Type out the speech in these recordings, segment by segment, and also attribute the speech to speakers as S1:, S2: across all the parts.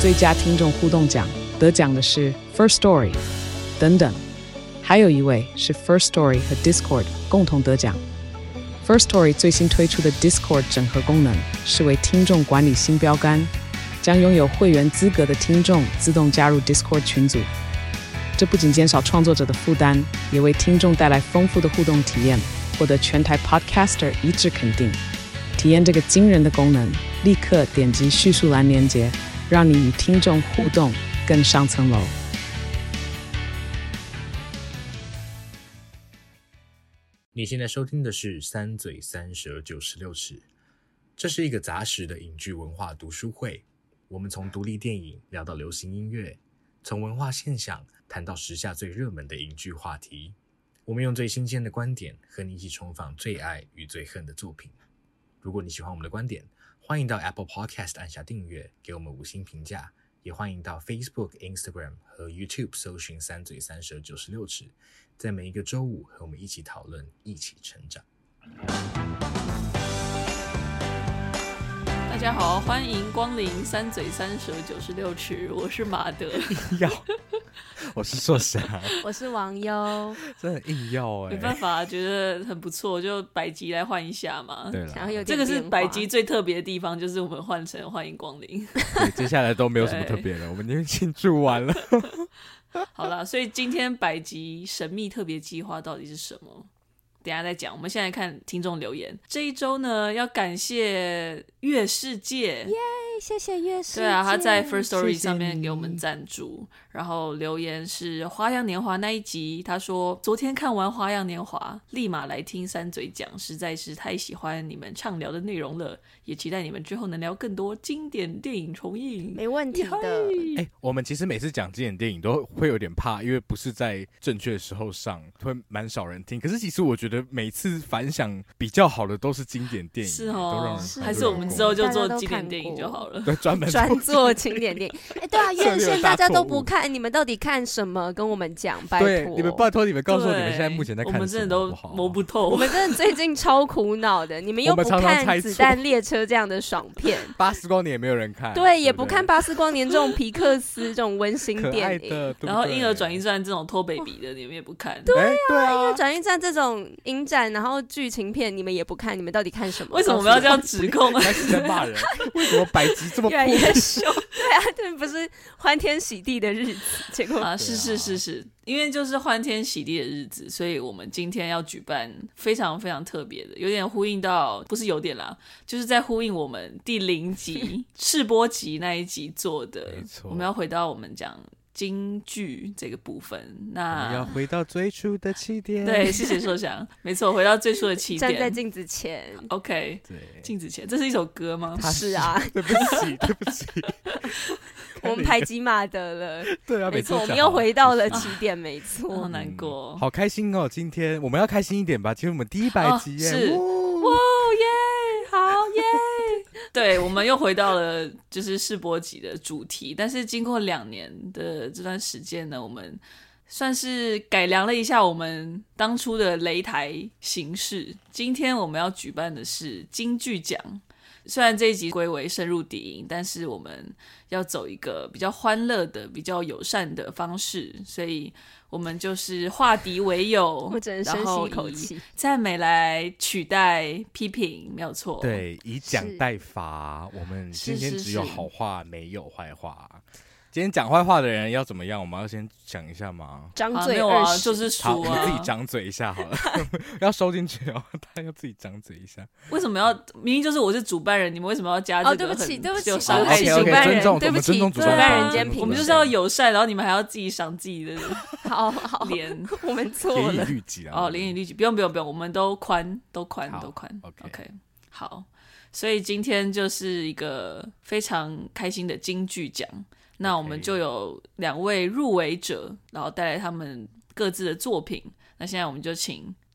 S1: 最佳听众互动奖，得奖的是 First Story 等等，还有一位是 First Story 和 Discord 共同得奖。First Story 最新推出的 Discord 整合功能是为听众管理新标杆，将拥有会员资格的听众自动加入 Discord 群组。这不仅减少创作者的负担，也为听众带来丰富的互动体验，获得全台 Podcaster 一致肯定。体验这个惊人的功能，立刻点击叙述栏连结，让你与听众互动更上层楼。
S2: 你现在收听的是三嘴三舌96尺，这是一个杂食的影剧文化读书会。我们从独立电影聊到流行音乐，从文化现象谈到时下最热门的影剧话题。我们用最新鲜的观点和你一起重访最爱与最恨的作品。如果你喜欢我们的观点，欢迎到 Apple Podcast 按下订阅，给我们5星评价。也欢迎到 Facebook、Instagram 和 YouTube 搜寻三嘴三舌96尺，在每一个周五和我们一起讨论，一起成长。
S3: 大家好，欢迎光临三嘴三舌96尺，我是马德。
S4: 我是硕翔，
S5: 我是王优，
S4: 真的硬要
S3: 没办法，觉得很不错，就百集来换一下嘛。
S4: 对了，
S3: 这个是百集最特别的地方，就是我们换成欢迎光临。
S4: 对，接下来都没有什么特别的，我们已经庆祝完了。
S3: 好啦，所以今天百集神秘特别计划到底是什么？等一下再讲。我们现在看听众留言。这一周呢，要感谢月世界，
S5: 耶！谢谢月世界。
S3: 对啊，他在 First Story 上面给我们赞助，然后留言是《花样年华》那一集，他说昨天看完《花样年华》，立马来听三嘴讲，实在是太喜欢你们畅聊的内容了，也期待你们之后能聊更多经典电影重映。
S5: 没问题的。
S4: 我们其实每次讲经典电影都会有点怕，因为不是在正确的时候上，会蛮少人听。可是其实我觉得每次反响比较好的都是经典电影，
S3: 是哦，
S4: 都让人
S3: 还是我们之后就做经典电影就好了。
S4: 对，专
S5: 做经典电影。对啊，院线大家都不看，你们到底看什么？跟我们讲，拜托。
S4: 对，你们拜托你们告诉我你们现在目前在看什么，
S3: 我们真的都摸不透。
S5: 我们真的最近超苦恼的，你们又不看《子弹列车》这样的爽片，
S4: 巴斯光年也没有人看，
S5: 对，也不看巴斯光年这种皮克斯这种温馨电影，
S4: 对对，
S3: 然后婴儿转运站这种偷 baby 的你们也不看，
S5: 对啊，婴儿转运站这种影展然后剧情片你们也不看，你们到底看什么？
S3: 为什么我们要这样指控？
S4: 开始在骂人，为什么百集这么
S5: 越来越凶？对啊，这不是欢天喜地的日子，结果
S3: 啊，是，因为就是欢天喜地的日子，所以我们今天要举办非常非常特别的，有点呼应到，不是有点啦，就是在呼应我们第0集试播集那一集做的。
S4: 没错，
S3: 我们要回到我们讲京剧这个部分，那
S4: 我们要回到最初的起点。
S3: 对，谢谢硕翔，没错，回到最初的起点，
S5: 站在镜子前。
S3: OK，
S4: 对，
S3: 镜子前，这是一首歌吗？
S5: 是啊，
S4: 对不起，
S5: 我们排挤马德了。
S4: 对啊，
S5: 没错，我们又回到了起点，没错。
S3: 好难过，
S4: 好开心哦！今天我们要开心一点吧，其实我们第100集耶，
S3: 是，哇耶，好耶！对，我们又回到了就是试播集的主题，但是经过2年的这段时间呢，我们算是改良了一下我们当初的擂台形式。今天我们要举办的是金剧奖，虽然这一集归为深入敌营，但是我们要走一个比较欢乐的、比较友善的方式，所以我们就是化敌为友，
S5: 我只能深吸一口气，
S3: 赞美来取代批评，没有错。
S4: 对，以奖代罚，我们今天只有好话没有坏话。今天讲坏话的人要怎么样？我们要先想一下吗？
S5: 张嘴
S3: 20，就是输啊！
S4: 你自己张嘴一下好了，要收进去哦。他要自己张嘴一下。
S3: 为什么要？明明就是我是主办人，你们为什么要加这个？
S5: 对不起，
S3: 有伤害
S5: 主办人，对不起，
S4: 主
S5: 办人兼评。
S3: 我们就是要友善，然后你们还要自己赏自己的
S5: 好
S3: 脸，
S5: 我们错了。
S4: 严以律己啊！
S3: 严以律己，不用，我们都宽。
S4: OK，
S3: 好，所以今天就是一个非常开心的金剧奖。那我们就有2位入围者，然后带来他们各自的作品。那现在我们就请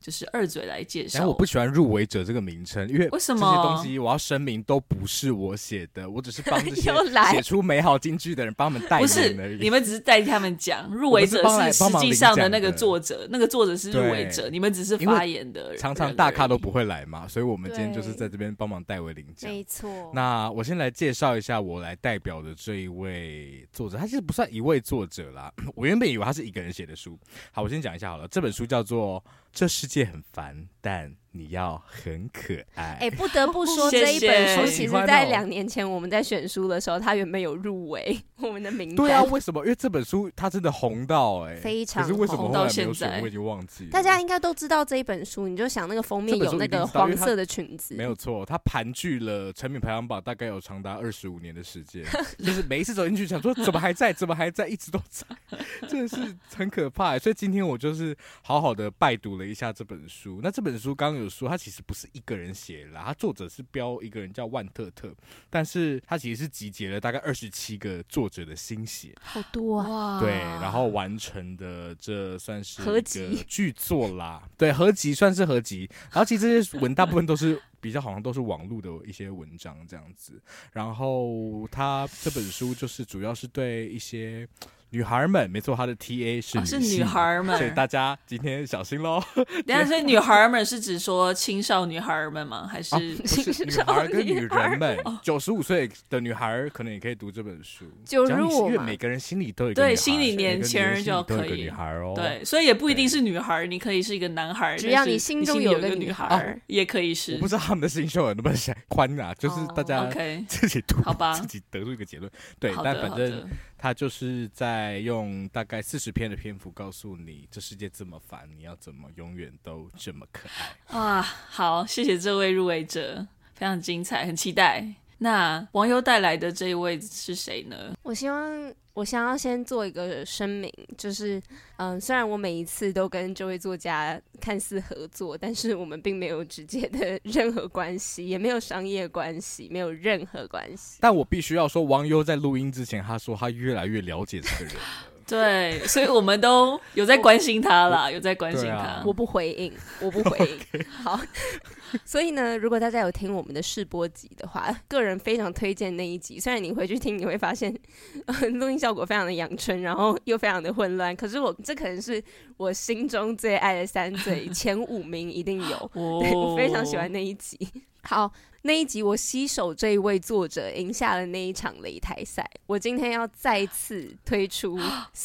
S3: 就是二嘴来介绍。
S4: 然后我不喜欢入围者这个名称，因为
S3: 为什么
S4: 这些东西我要声明都不是我写的，我只是帮这些
S5: 又来
S4: 写出美好金句的人帮他们代
S3: 不是
S4: 言而已。
S3: 你们只是代替他们讲，入围者是实际上的那个作者，那个作者是入围者，你们只是发言的人。
S4: 常常大咖都不会来嘛，所以我们今天就是在这边帮忙代为领奖。
S5: 没错。
S4: 那我先来介绍一下我来代表的这一位作者，他其实不算一位作者啦，我原本以为他是一个人写的书。好，我先讲一下好了，这本书叫做《这世界很烦，但你要很可爱》。
S5: 不得不说
S3: 谢谢
S5: 这一本书其实在
S4: 2
S5: 年前我们在选书的时候，它原本有入围我们的名单。
S4: 对啊，为什么？因为这本书它真的红到
S5: 非常红，
S4: 可是为什么后来没有
S3: 到现在
S4: 选？我已经忘记了。
S5: 大家应该都知道这一本书，你就想那个封面有那个黄色的裙子，
S4: 没有错，它盘踞了成品排行榜大概有长达25年的时间，就是每一次走进去想说怎么还在，怎么还在，一直都在，真的是很可怕。所以今天我就是好好的拜读了一下这本书。那这本书刚刚有说，它其实不是一个人写的啦，它作者是标一个人叫万特特，但是它其实是集结了大概27个作者的心血，
S5: 好多啊！
S3: 哇，
S4: 对，然后完成的这算是
S5: 合集
S4: 巨作啦，对，合集算是合集。然后其实这些文大部分都是比较好像都是网络的一些文章这样子。然后他这本书就是主要是对一些女孩们，没错，他的 TA 是女性，
S3: 是女孩们，
S4: 所以大家今天小心咯。
S3: 等一下，所以女孩们是指说青少女孩们吗？还是、
S4: 不是女孩跟女人们？95岁的女孩可能也可以读这本书。
S5: 就如我
S4: 因为每个人心里都有一个女孩，
S3: 对，心理年轻人就可以。
S4: 每个女孩哦，
S3: 对，所以也不一定是女孩，你可以是一个男孩，
S5: 只要你心中有
S3: 个
S5: 女
S3: 孩，也可以是。
S4: 我不知道他们的心胸有那么宽啊，就是大家自己读，
S3: 好吧，
S4: 自己得出一个结论。对，但反正他就是在用大概40篇的篇幅告诉你，这世界这么烦，你要怎么永远都这么可爱。
S3: 哇，好，谢谢这位入围者，非常精彩，很期待。那网友带来的这一位是谁呢？
S5: 我想要先做一个声明，就是虽然我每一次都跟这位作家看似合作，但是我们并没有直接的任何关系，也没有商业关系，没有任何关系。
S4: 但我必须要说，网友在录音之前，他说他越来越了解这个人了。
S3: 对，所以我们都有在关心他啦，有在关心他。
S5: 啊、我不回应。okay. 好，所以呢，如果大家有听我们的试播集的话，个人非常推荐那一集。虽然你回去听，你会发现录音效果非常的阳春，然后又非常的混乱，可是这可能是我心中最爱的3嘴前5名一定有。我非常喜欢那一集。好，那一集我携手这一位作者赢下了那一场擂台赛。我今天要再次推出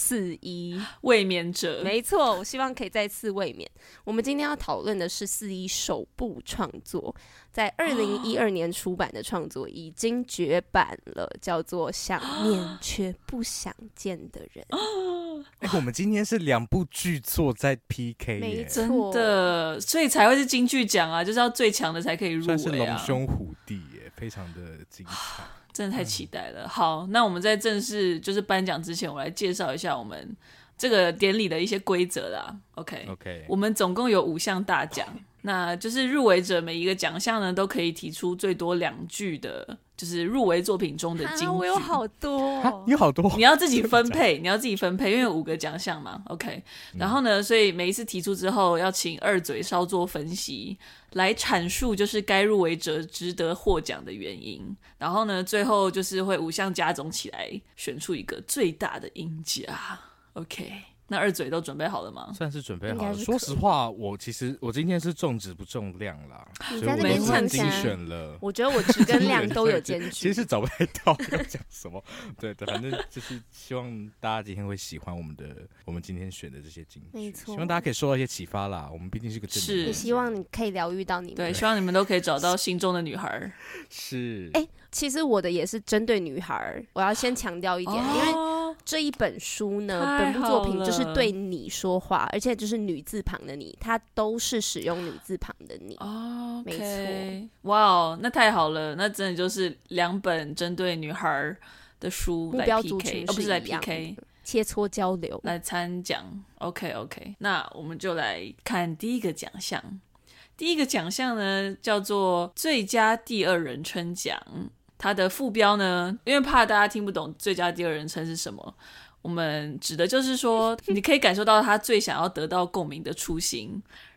S5: 4-1
S3: 卫冕者，
S5: 没错，我希望可以再次卫冕。我们今天要讨论的是4-1首部创作，在2012年出版的创作已经绝版了，叫做《想念却不想见的人》。
S4: 我们今天是2部巨作在 PK，
S5: 没错，
S3: 真的，所以才会是金句奖啊，就是要最强的才可以入围啊，
S4: 算是龙兄虎弟耶，非常的精彩，
S3: 真的太期待了。好，那我们在正式就是颁奖之前，我来介绍一下我们这个典礼的一些规则啦。OK， 我们总共有5项大奖。那就是入围者每一个奖项呢，都可以提出最多2句的，就是入围作品中的金句。
S5: 我有好多，
S4: 你有好多，
S3: 你要自己分配，因为有5个奖项嘛。OK，然后呢，所以每一次提出之后，要请二嘴稍作分析，来阐述就是该入围者值得获奖的原因。然后呢，最后就是会5项加总起来，选出一个最大的赢家。OK。那二嘴都准备好了吗？
S4: 算是准备好了。说实话，我今天是重质不重量啦，
S5: 你在那边
S4: 很精选了。
S5: 我觉得我质跟量都有兼具。
S4: 其实是找不太到要讲什么，对，反正就是希望大家今天会喜欢我们今天选的这些金句，
S5: 没错，
S4: 希望大家可以受到一些启发啦。我们毕竟是个正能量，
S5: 也希望你可以疗愈到你们。
S3: 对，希望你们都可以找到心中的女孩。
S4: 是，
S5: 其实我的也是针对女孩，我要先强调一点，因为这一本书呢，本部作品就是对你说话，而且就是女字旁的你，它都是使用女字旁的你。
S3: 哦，
S5: 没错。
S3: 哇哦，那太好了，那真的就是2本针对女孩的书来 PK，
S5: 目标族群
S3: 不是来 PK，
S5: 切磋交流
S3: 来参奖。OK， 那我们就来看第一个奖项。第一个奖项呢，叫做最佳第2人称奖。它的副标呢，因为怕大家听不懂最佳第2人称是什么，我们指的就是说，你可以感受到他最想要得到共鸣的初心，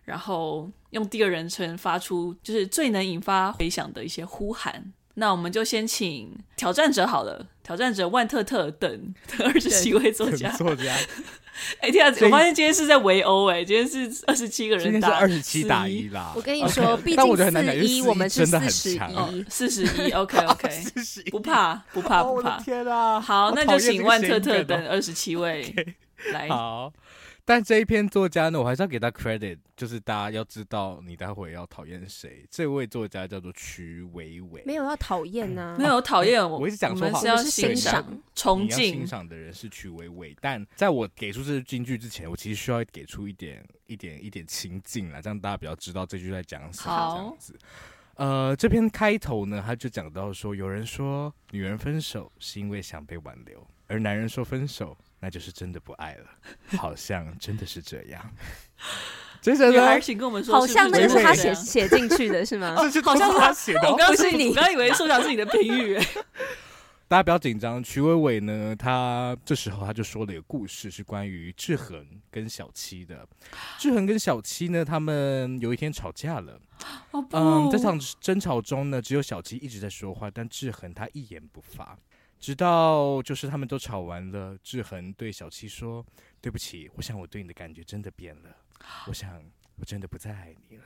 S3: 然后用第二人称发出就是最能引发回响的一些呼喊。那我们就先请挑战者好了，挑战者万特特等27位作家。天啊，我发现今天是在围殴今天是27个人打，
S4: 今天是27打1啦。
S5: 我跟你说，毕竟41，我们是41。
S3: OK， 不怕。
S4: 我的天啊！
S3: 好，那就请万特特等27位来。
S4: 好。但这一篇作家呢，我还是要给他 credit， 就是大家要知道你待会要讨厌谁。这位作家叫做瞿伟伟，
S5: 没有要讨厌啊，
S3: 没有讨厌
S4: 我一直讲说
S3: 我们是要欣赏、崇敬。
S4: 你要欣赏的人是瞿伟伟，但在我给出这句金句之前，我其实需要给出一点情境啦，这样大家比较知道这句在讲什么。这样子。这篇开头呢，他就讲到说，有人说女人分手是因为想被挽留，而男人说分手那就是真的不爱了，好像真的是这样。接着呢，
S3: 请跟我们说，
S5: 好像那个是他写进去的是吗？
S4: 好像是他写的，
S3: 我刚以为受奖是你的评语。
S4: 大家不要紧张，瞿伟伟呢，他这时候他就说了一个故事，是关于志恒跟小七的。志恒跟小七呢，他们有一天吵架了。这场争吵中呢，只有小七一直在说话，但志恒他一言不发。直到就是他们都吵完了，志恒对小七说：“对不起，我想我对你的感觉真的变了，我想我真的不再爱你了。”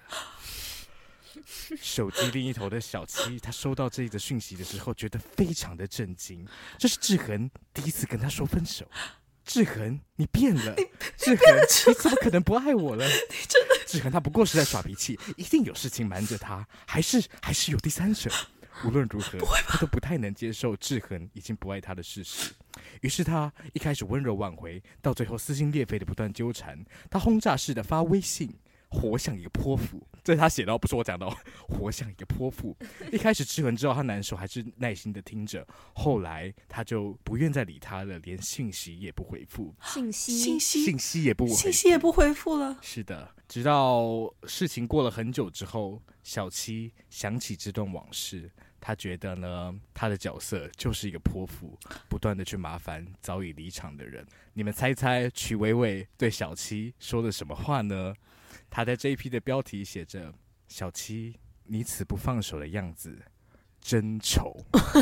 S4: 手机另一头的小七，他收到这个讯息的时候，觉得非常的震惊。这是志恒第一次跟他说分手。志恒，你变了！志恒，你怎么可能不爱我了？志恒他不过是在耍脾气，一定有事情瞒着他，还是有第三者。无论如何，他都不太能接受志恒已经不爱他的事实。于是他一开始温柔挽回，到最后撕心裂肺的不断纠缠。他轰炸式的发微信，活像一个泼妇。这是他写的，不是我讲的，活像一个泼妇。一开始志恒知道他难受，还是耐心的听着。后来他就不愿再理他了，连信息也不回复。
S5: 信
S3: 息
S4: 也不
S3: 回复了。
S4: 是的，直到事情过了很久之后，小七想起这段往事。他觉得呢，他的角色就是一个泼妇，不断的去麻烦早已离场的人。你们猜猜瞿伟伟对小七说了什么话呢？他在这一批的标题写着：“小七，你此不放手的样子真丑。”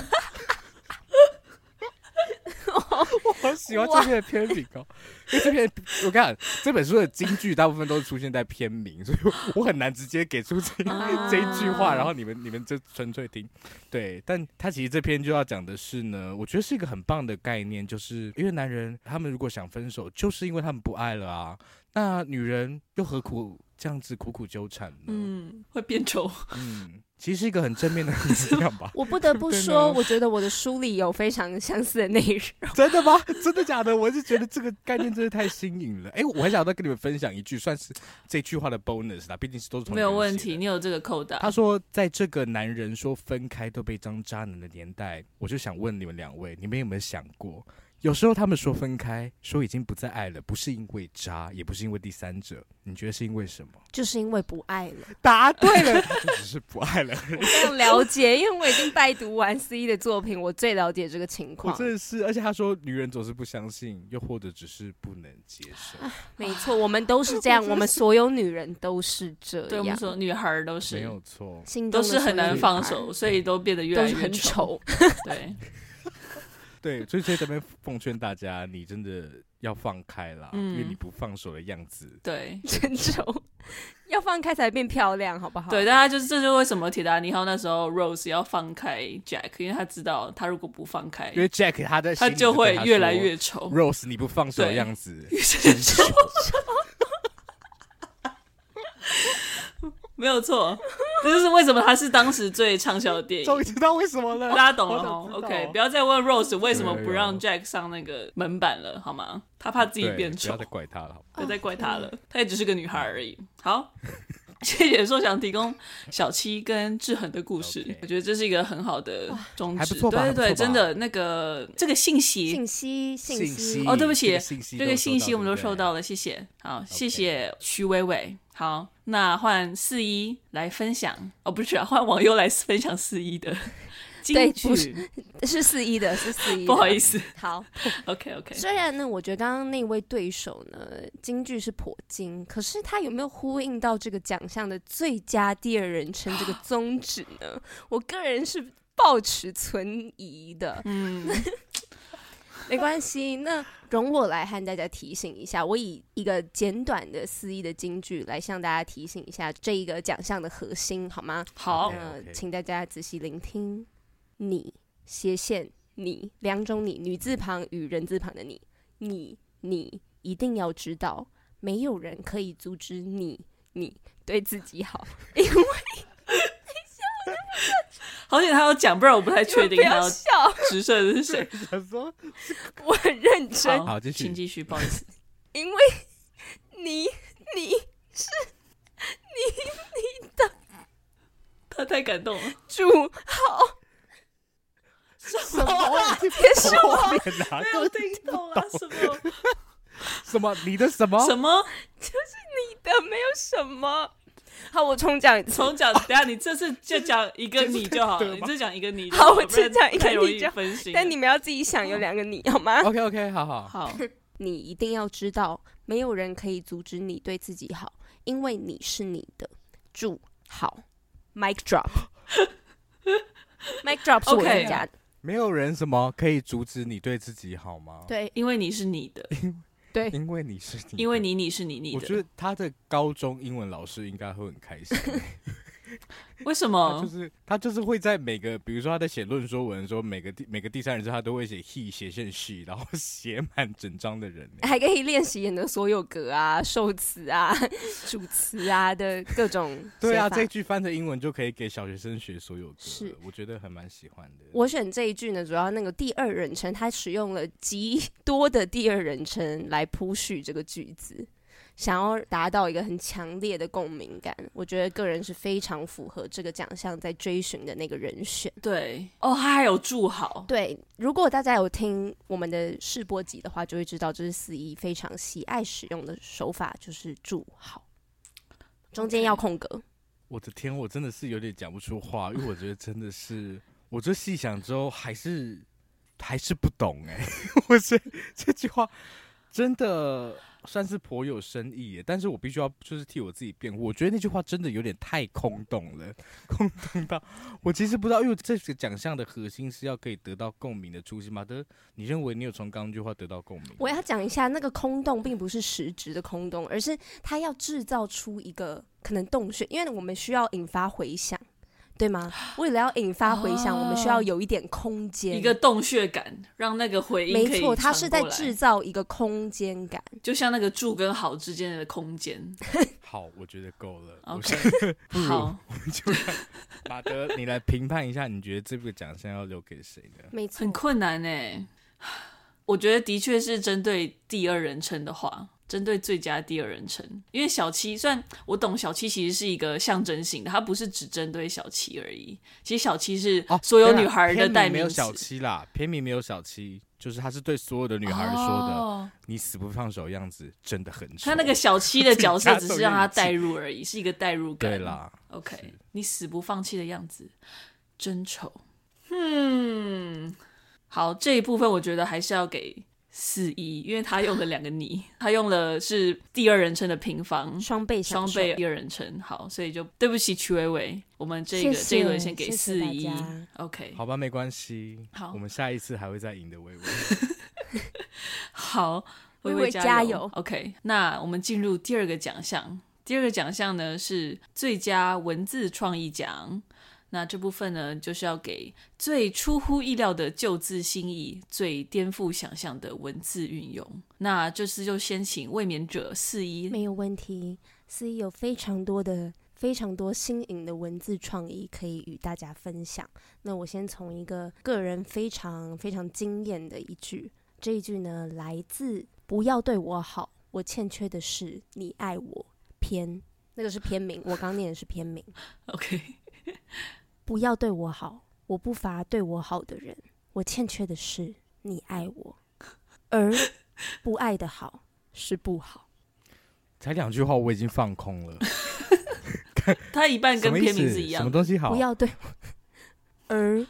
S4: 我好喜欢这篇的篇名哦，因为这篇我看这本书的金句大部分都是出现在篇名，所以我很难直接给出这一句话，然后你们就纯粹听。对，但他其实这篇就要讲的是呢，我觉得是一个很棒的概念，就是因为男人他们如果想分手，就是因为他们不爱了啊，那女人又何苦这样子苦苦纠缠呢？
S3: 会变丑。
S4: 其实是一个很正面的力量吧。
S5: 我不得不说，我觉得我的书里有非常相似的内容。
S4: 真的吗？真的假的？我是觉得这个概念真的太新颖了。我还想再跟你们分享一句，算是这句话的 bonus 啦，毕竟都是同一个人写的。
S3: 没有问题，你有这个扣打。
S4: 他说，在这个男人说分开都被当渣男的年代，我就想问你们两位，你们有没有想过？有时候他们说分开，说已经不再爱了，不是因为渣，也不是因为第三者，你觉得是因为什么？
S5: 就是因为不爱了。
S4: 答对了，就只是不爱了。
S5: 我非常了解，因为我已经拜读完 C 的作品，我最了解这个情况。
S4: 我真的是，而且他说女人总是不相信，又或者只是不能接受。
S5: 没错，我们都是这样，我们所有女人都是这样。
S3: 对，我们所有女孩都是
S4: 没有错，
S3: 都是很难放手，所以都变得越来越丑。对。
S4: 对，所以在这边奉劝大家，你真的要放开啦，因为你不放手的样子，
S3: 对，
S5: 真丑，要放开才变漂亮，好不好？
S3: 对，但这就是为什么铁达尼号那时候 Rose 要放开 Jack， 因为他知道他如果不放开，
S4: 因为 Jack 他
S3: 就会越来越丑。
S4: Rose， 你不放手的样子真丑。
S3: 没有错，这就是为什么它是当时最畅销的电影。
S4: 终于知道为什么了，
S3: 大家懂了哦。OK， 不要再问 Rose 为什么不让 Jack 上那个门板了，好吗？他怕自己变丑。
S4: 不要再怪他了，
S3: 不要再怪他了，他也只是个女孩而已。好，谢谢说想提供小七跟志恒的故事，我觉得这是一个很好的宗旨，
S4: 还不错吧？
S3: 对对对，真的那个这个信息哦，对不起，这个信息我们都收到了，谢谢。好，谢谢瞿伟伟。好，那换41来分享哦，不是啊，换网友来分享41的。 京剧
S5: 是4-1的，是4-1的，
S3: 不好意思。
S5: 好
S3: ，OK。
S5: 虽然呢，我觉得刚刚那位对手呢，京剧是颇精，可是他有没有呼应到这个奖项的最佳第二人称这个宗旨呢？我个人是抱持存疑的。没关系，那容我来和大家提醒一下，我以一个简短的4-1的京剧来向大家提醒一下这一个奖项的核心，好吗？
S3: 好，
S5: 请大家仔细聆听。你斜线你两种你，女字旁与人字旁的你一定要知道，没有人可以阻止你对自己好，因为
S3: 好险他要讲，不然我不太确定他要
S5: 笑
S3: 直射的是谁。
S4: 想说
S5: 我很认真。
S4: 好，继续，
S3: 请继续，不好意思。
S5: 因为你是你的，
S3: 他太感动了。
S5: 主好。
S4: 什么？
S5: 也是我
S3: 没有听懂啊！
S4: 什么？你的什么？
S3: 什么？
S5: 就是你的，没有什么。好，我重讲一次。
S3: 重讲，等一下你这次就讲一个你就好了，你就讲一个你就
S5: 好，
S3: 好。
S5: 我只讲一个
S3: 太容易
S5: 你就好，
S3: 分心。
S5: 但你们要自己想有2个你，好吗
S4: ？OK， 好。
S3: 好，
S5: 你一定要知道，没有人可以阻止你对自己好，因为你是你的。祝好 ，Mic drop，Mic drop 是我自己加的。
S4: 没有人什么可以阻止你对自己好吗？
S5: 对，
S3: 因为你是你的。
S5: 对，
S4: 因为你是你的，
S3: 因为你是你的。
S4: 我觉得他的高中英文老师应该会很开心。
S3: 为什么？
S4: 他就是会在每个，比如说他在写论说文的时候，每个第三人称他都会写 he 斜线 she， 然后写满整张的人，
S5: 还可以练习演的所有格啊、受词啊、主词啊的各种写法。
S4: 对啊，这一句翻成英文就可以给小学生学所有格，
S5: 是
S4: 我觉得还蛮喜欢的。
S5: 我选这一句呢，主要那个第二人称，他使用了极多的第二人称来铺叙这个句子。想要达到一个很强烈的共鸣感，我觉得个人是非常符合这个奖项在追寻的那个人选。
S3: 对哦，他还有祝好。
S5: 对，如果大家有听我们的试播集的话，就会知道这是4-1非常喜爱使用的手法，就是祝好，中间要空格。
S4: 我的天，我真的是有点讲不出话，因为我觉得真的是，我这细想之后还是不懂我这句话真的算是颇有深意耶，但是我必须要就是替我自己辩护，我觉得那句话真的有点太空洞了，空洞到我其实不知道，因为这个奖项的核心是要可以得到共鸣的初心嘛。你认为你有从刚刚那句话得到共鸣？
S5: 我要讲一下，那个空洞并不是实质的空洞，而是它要制造出一个可能洞穴，因为我们需要引发回响。对吗？为了要引发回响，我们需要有一点空间，
S3: 一个洞穴感，让那个回音可以
S5: 没错，它是在制造一个空间感，
S3: 就像那个祝跟好之间的空间。
S4: 好，我觉得够了。
S3: OK，
S4: 好，我们就让马德你来评判一下，你觉得这个奖项要留给谁呢？
S5: 没错，
S3: 很困难耶。我觉得的确是针对第二人称的话，针对最佳第二人称，因为小七虽然我懂小七其实是一个象征性的，它不是只针对小七而已。其实小七是所有女孩的代名词。
S4: 没有小七啦，片名没有小七，就是他是对所有的女孩说的。你死不放手的样子真的很丑。
S3: 他那个小七的角色只是让他代入而已，是一个代入感。
S4: 对啦
S3: ，OK， 你死不放弃的样子真丑。好，这一部分我觉得还是要给4-1，因为他用了2个你，他用了是第二人称的平方，
S5: 双倍
S3: 第二人称。好，所以就对不起曲伟伟，我们这一轮先给4-1。OK，
S4: 好吧，没关系。
S3: 好，
S4: 我们下一次还会再赢的，微微。
S3: 好，微微加油。OK， 那我们进入第二个奖项。第二个奖项呢是最佳文字创意奖。那这部分呢，就是要给最出乎意料的救字新意，最颠覆想象的文字运用。那这次就先请卫冕者4-1。
S5: 没有问题，4-1有非常多新颖的文字创意可以与大家分享。那我先从一个个人非常非常惊艳的一句，这一句呢来自不要对我好，我欠缺的是你爱我篇，那个是篇名，我刚念的是篇名。
S3: OK。
S5: 不要对我好，我不乏对我好的人，我欠缺的是你爱我，而不爱的好是不好。
S4: 才2句话我已经放空了。
S3: 他一半跟片名是一样的。
S4: 什么东西好？
S5: 不要对我，而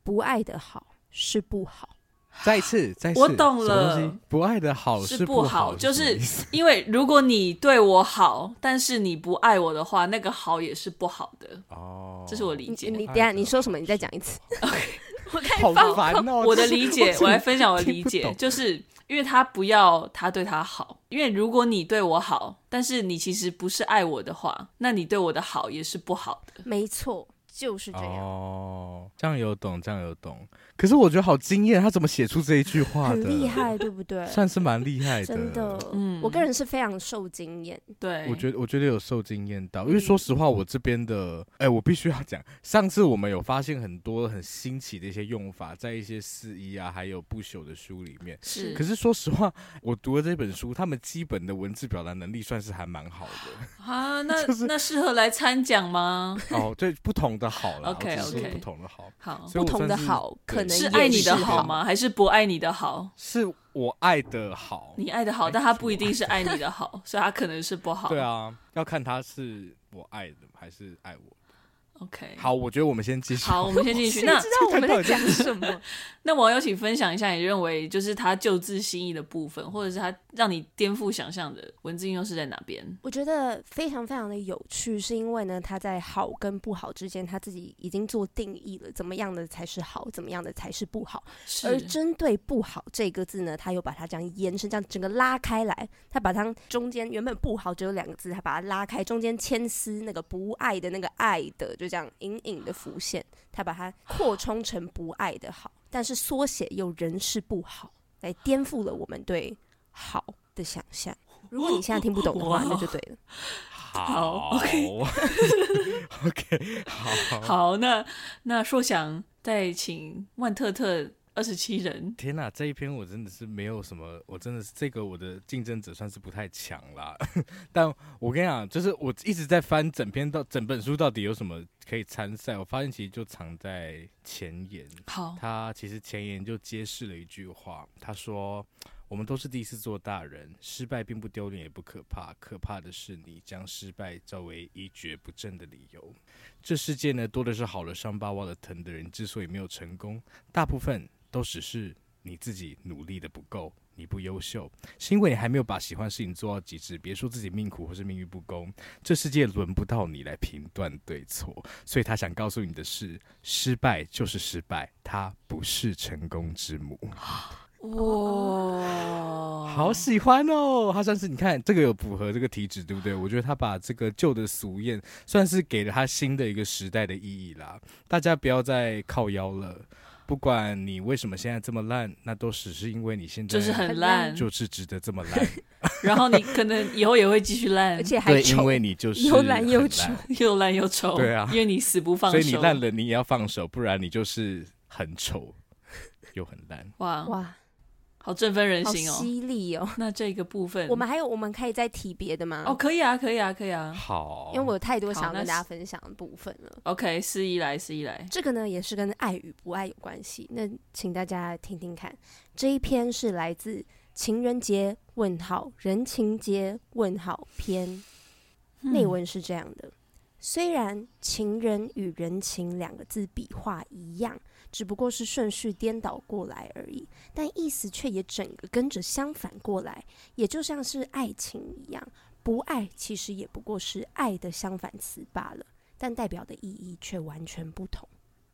S5: 不爱的好是不好。
S4: 再一次，
S3: 我懂了，
S4: 什么东西？不爱的好
S3: 是
S4: 不
S3: 好，就
S4: 是
S3: 因为如果你对我好，但是你不爱我的话，那个好也是不好的。哦，这是我理解。
S5: 你等一下你说什么？你再讲一次。
S3: 我开始
S4: 好烦哦。
S3: 我的理解，我来分享我的理解，就是因为他不要他对他好，因为如果你对我好，但是你其实不是爱我的话，那你对我的好也是不好的。
S5: 没错。就是这样
S4: 哦，这样有懂，这样有懂。可是我觉得好惊艳，他怎么写出这一句话的？
S5: 很厉害，对不对？
S4: 算是蛮厉害的，
S5: 真的。我个人是非常受惊艳。
S3: 对，
S4: 我觉得有受惊艳到，因为说实话，我这边的，我必须要讲，上次我们有发现很多很新奇的一些用法，在一些四一啊，还有不朽的书里面。
S3: 是。
S4: 可是说实话，我读了这本书，他们基本的文字表达能力算是还蛮好的。
S3: 啊，那适合来参奖吗？
S4: 哦，对，不同的好啦
S3: OK，
S4: 不同的好，
S3: 好，
S5: 不同的好，可能
S3: 是爱你的好吗？还是不爱你的好？
S4: 是我爱的好，
S3: 你爱的好，但他不一定是爱你的好，所以他可能是不好。
S4: 对啊，要看他是我爱的还是爱我。
S3: OK，
S4: 好，我觉得我们先继续。
S3: 好，我们先继续。那
S5: 知道我们在讲什么？
S3: 那网友请分享一下，你认为就是他救治心意的部分，或者是他让你颠覆想象的文字应用是在哪边？
S5: 我觉得非常非常的有趣，是因为呢，他在好跟不好之间，他自己已经做定义了，怎么样的才是好，怎么样的才是不好。而针对不好这个字呢，他又把它这样延伸，这样整个拉开来，他把它中间原本不好只有2个字，他把它拉开，中间牵丝那个不爱的那个爱的，就这样隐隐的浮现，他把它扩充成不爱的好，但是缩写又仍是不好，来颠覆了我们对好的想象。如果你现在听不懂的话，那就对了。
S3: 好
S4: ，OK，
S3: 好，那硕翔再请万特特27人。
S4: 天哪，这一篇我真的是没有什么，我真的是这个我的竞争者算是不太强啦。但我跟你讲，就是我一直在翻整本书到底有什么可以参赛，我发现其实就藏在前言。
S3: 好，
S4: 他其实前言就揭示了一句话，他说：“我们都是第一次做大人，失败并不丢脸也不可怕，可怕的是你将失败照为一蹶不振的理由。这世界呢，多的是好了伤疤忘了疼的人，之所以没有成功，大部分都只是你自己努力的不够，你不优秀，是因为你还没有把喜欢的事情做到极致。别说自己命苦或是命运不公，这世界轮不到你来评断对错。所以他想告诉你的是，失败就是失败，它不是成功之母。”哇，好喜欢哦！他算是你看这个有符合这个体质，对不对？我觉得他把这个旧的俗谚算是给了他新的一个时代的意义啦。大家不要再靠腰了，不管你为什么现在这么烂，那都只是因为你现在
S3: 就是很烂，
S4: 就是值得这么烂。
S3: 然后你可能以后也会继续烂，
S5: 而且还丑，
S4: 因为你就是
S5: 又烂又丑，
S3: 又烂又丑。
S4: 对啊，
S3: 因为你死不放手，
S4: 所以你烂了，你也要放手，不然你就是很丑又很烂。
S5: 哇！
S3: 好振奋人心哦，
S5: 好犀利哦！
S3: 那这个部分，
S5: 我们可以再提别的吗？
S3: 哦，可以啊。
S4: 好，
S5: 因为我有太多想跟大家分享的部分了。
S3: OK， 司仪来。
S5: 这个呢，也是跟爱与不爱有关系。那请大家听听看，这一篇是来自情人节人情节篇，内文是这样的：虽然情人与人情2个字笔画一样，只不过是顺序颠倒过来而已，但意思却也整个跟着相反过来，也就像是爱情一样，不爱其实也不过是爱的相反词罢了，但代表的意义却完全不同。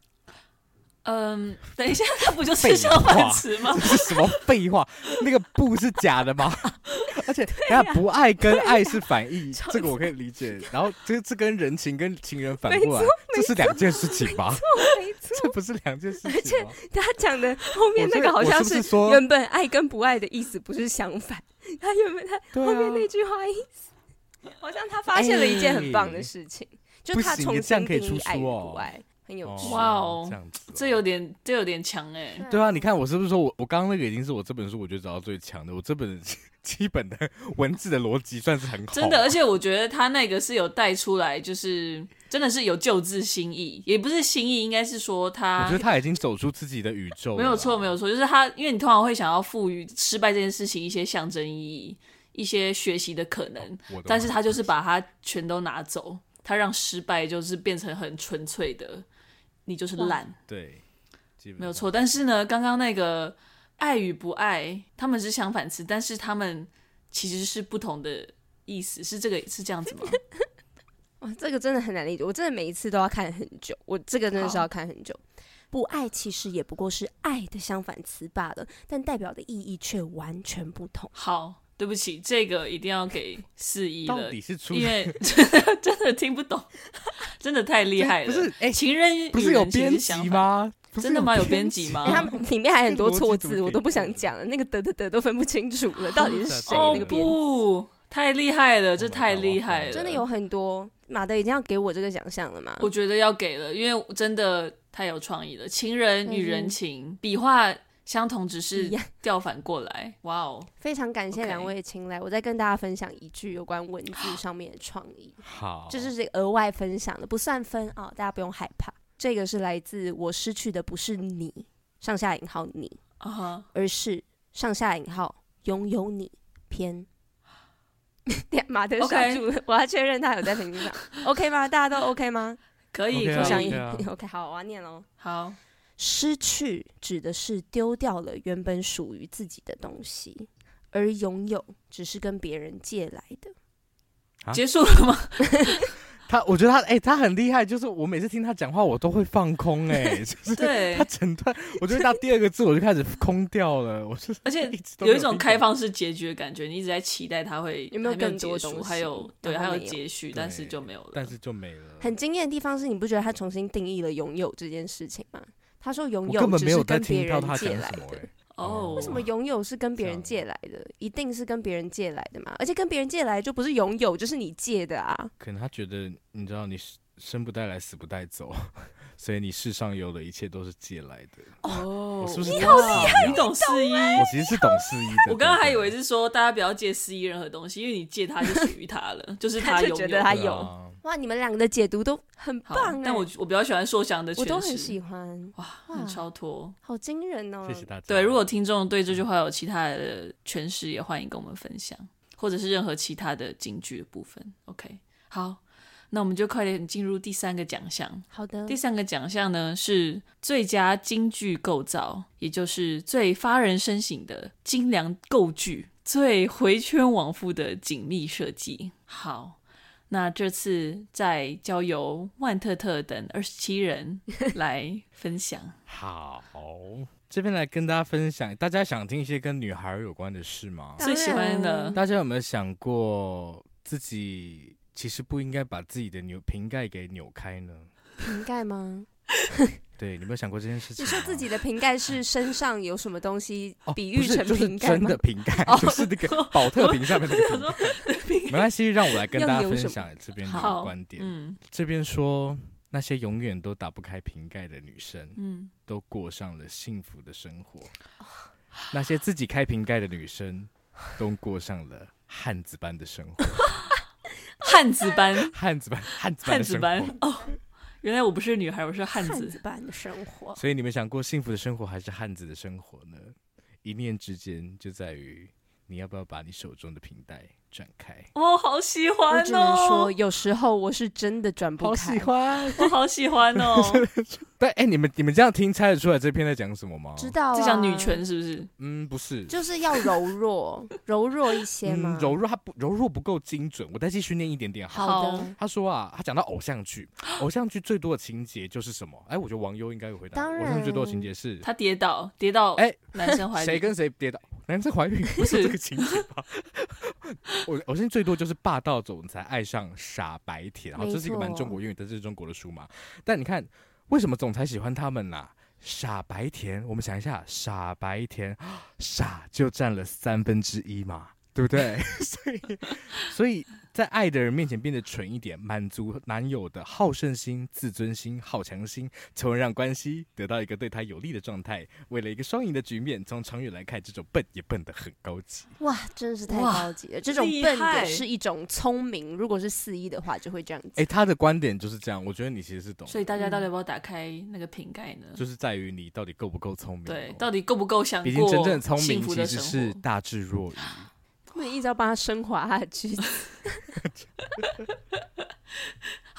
S3: 等一下，它不就是相反词吗？
S4: 这是什么废话？那个不是假的吗？而且等下不爱跟爱是反义，这个我可以理解。然后这跟人情跟情人反过来，这是2件事情吧？
S5: 没错，
S4: 这不是2件事情吗？
S5: 而且他讲的后面那个好像是原本爱跟不爱的意思不是相反，他原本他后面那句话意思，好像他发现了一件很棒的事情，就他重新定义爱与不爱。很有趣。
S3: 哇哦，
S4: 这样子哦，
S3: 这有点强哎。
S4: 对啊，你看我是不是说我刚刚那个已经是我这本书我觉得找到最强的，我这本基本的文字的逻辑算是很好，
S3: 真的，而且我觉得他那个是有带出来，就是真的是有救治心意，也不是心意，应该是说他，
S4: 我觉得他已经走出自己的宇宙了。
S3: 没有错，就是他，因为你通常会想要赋予失败这件事情一些象征意义，一些学习的可能，但是他就是把它全都拿走，他让失败就是变成很纯粹的，你就是烂。
S4: 对，
S3: 没有错。但是呢，刚刚那个爱与不爱，他们是相反词，但是他们其实是不同的意思，是这样子吗？
S5: 哇，这个真的很难理解，我真的每一次都要看很久，我这个真的是要看很久。不爱其实也不过是爱的相反词罢了，但代表的意义却完全不同。
S3: 好，对不起，这个一定要给4-1了，
S4: 到底是出
S3: 因为真的听不懂，真的太厉害了。
S4: 不是，
S3: 情人与人
S4: 不是有编辑吗？
S3: 真的吗？有编辑吗？
S5: 他们里面还很多错字，我都不想讲了。那个得都分不清楚了，到底是谁那个编辑？
S3: 不，太厉害了，这太厉害了，
S5: 真的有很多。马德已经要给我这个奖项了吗？
S3: 我觉得要给了，因为真的太有创意了。情人与人情，笔画相同，只是调反过来。哇哦！
S5: 非常感谢两位的青睐，我再跟大家分享一句有关文字上面的创意。
S4: 好，
S5: 这就是额外分享的，不算分啊、大家不用害怕。这个是来自我失去的不是你上下引号你，而是上下引号拥有你偏。马德傻住了，我要确认他有在屏幕上，OK 吗？大家都 OK 吗？
S3: 可以，
S5: 我想
S4: OK，
S5: 好，我要念咯。
S3: 好，
S5: 失去指的是丢掉了原本属于自己的东西，而拥有只是跟别人借来的。
S3: 结束了吗？
S4: 我觉得他很厉害，就是我每次听他讲话，我都会放空，就是
S3: 对
S4: 他整段，我就到第2个字我就开始空掉了，
S3: 而且有一种开放式结局的感觉，你一直在期待他会
S5: 有没有更多东西，
S3: 还有接续，但是就没有了。
S5: 很惊艳的地方是，你不觉得他重新定义了拥有这件事情吗？他说拥有
S4: 根本没有
S5: 只是跟别人借来的。
S3: 为
S5: 什么拥有是跟别人借来的？一定是跟别人借来的嘛？而且跟别人借来就不是拥有，就是你借的啊。
S4: 可能他觉得，你知道，你生不带来，死不带走，所以你世上有的一切都是借来的。我是不是
S5: 你好厉害？
S3: 你懂4-1？
S4: 我其实是懂4-1的。
S3: 我刚刚还以为是说大家不要借4-1任何东西，因为你借他就属于他了，就是他
S5: 就觉得他有。哇，你们两个的解读都很棒
S3: 但我比较喜欢硕翔的诠释，
S5: 我都很喜欢。
S3: 哇，很超脱，
S5: 好惊人哦！
S4: 谢谢大家。
S3: 对，如果听众对这句话有其他的诠释，也欢迎跟我们分享，或者是任何其他的金句的部分。OK， 好，那我们就快点进入第3个奖项。
S5: 好的，
S3: 第3个奖项呢是最佳金句构造，也就是最发人深省的精良构句，最回圈往复的紧密设计。好。那这次再交由万特特等27人来分享。
S4: 好，这边来跟大家分享，大家想听一些跟女孩有关的事吗？
S3: 最喜欢的。
S4: 大家有没有想过自己其实不应该把自己的瓶盖给扭开呢？
S5: 瓶盖吗？
S4: 对，你有没有想过这件事情？
S5: 你说自己的瓶盖是身上有什么东西比喻成瓶盖吗？
S4: 就是真的瓶盖，就是那个宝特瓶上面那个瓶盖。没关系，让我来跟大家分享这边的观点。这边说，那些永远都打不开瓶盖的女生，都过上了幸福的生活；那些自己开瓶盖的女生，都过上了汉子般的生活。
S3: 汉子般
S4: 的生活
S3: 哦。原来我不是女孩，我是汉
S5: 子般的生活。
S4: 所以你们想过幸福的生活还是汉子的生活呢？一念之间，就在于你要不要把你手中的瓶盖转开。
S3: 我好喜欢哦！
S5: 我只能说，有时候我是真的转不开。
S4: 好喜欢，
S3: 我好喜欢哦！
S4: 对，你们这样听，猜得出来这篇在讲什么吗？
S5: 知道啊，
S3: 在讲女权是不是？
S4: 不是，
S5: 就是要柔弱，柔弱一些嘛。
S4: 柔弱不够精准，我再继续念一点点。
S5: 好的。
S4: 他说啊，他讲到偶像剧，偶像剧最多的情节就是什么？我觉得王优应该有回答。
S5: 当然，
S4: 偶像剧最多的情节是
S3: 他跌倒，男生怀孕。
S4: 谁跟谁跌倒？男生怀孕不是这个情节吧？偶像剧最多就是霸道总裁爱上傻白甜，然后这是一个蛮中国，因为这是中国的书嘛。但你看。为什么总裁喜欢他们啊？傻白甜，我们想一下，傻白甜，傻就占了1/3嘛，对不对？所以在爱的人面前变得蠢一点，满足男友的好胜心、自尊心、好强心，从而让关系得到一个对他有利的状态。为了一个双赢的局面，从长远来看，这种笨也笨得很高级。
S5: 哇，真的是太高级了！这种笨也是一种聪明。如果是4-1的话，就会这样子。
S4: 他的观点就是这样，我觉得你其实是懂。
S3: 所以大家到底要不要打开那个瓶盖呢？
S4: 就是在于你到底够不够聪明。
S3: 对，到底够不够想过
S4: 毕竟真正的聪明其实
S3: 幸福的生活
S4: 是大智若愚。
S5: 不能一直要帮他升华他的句子。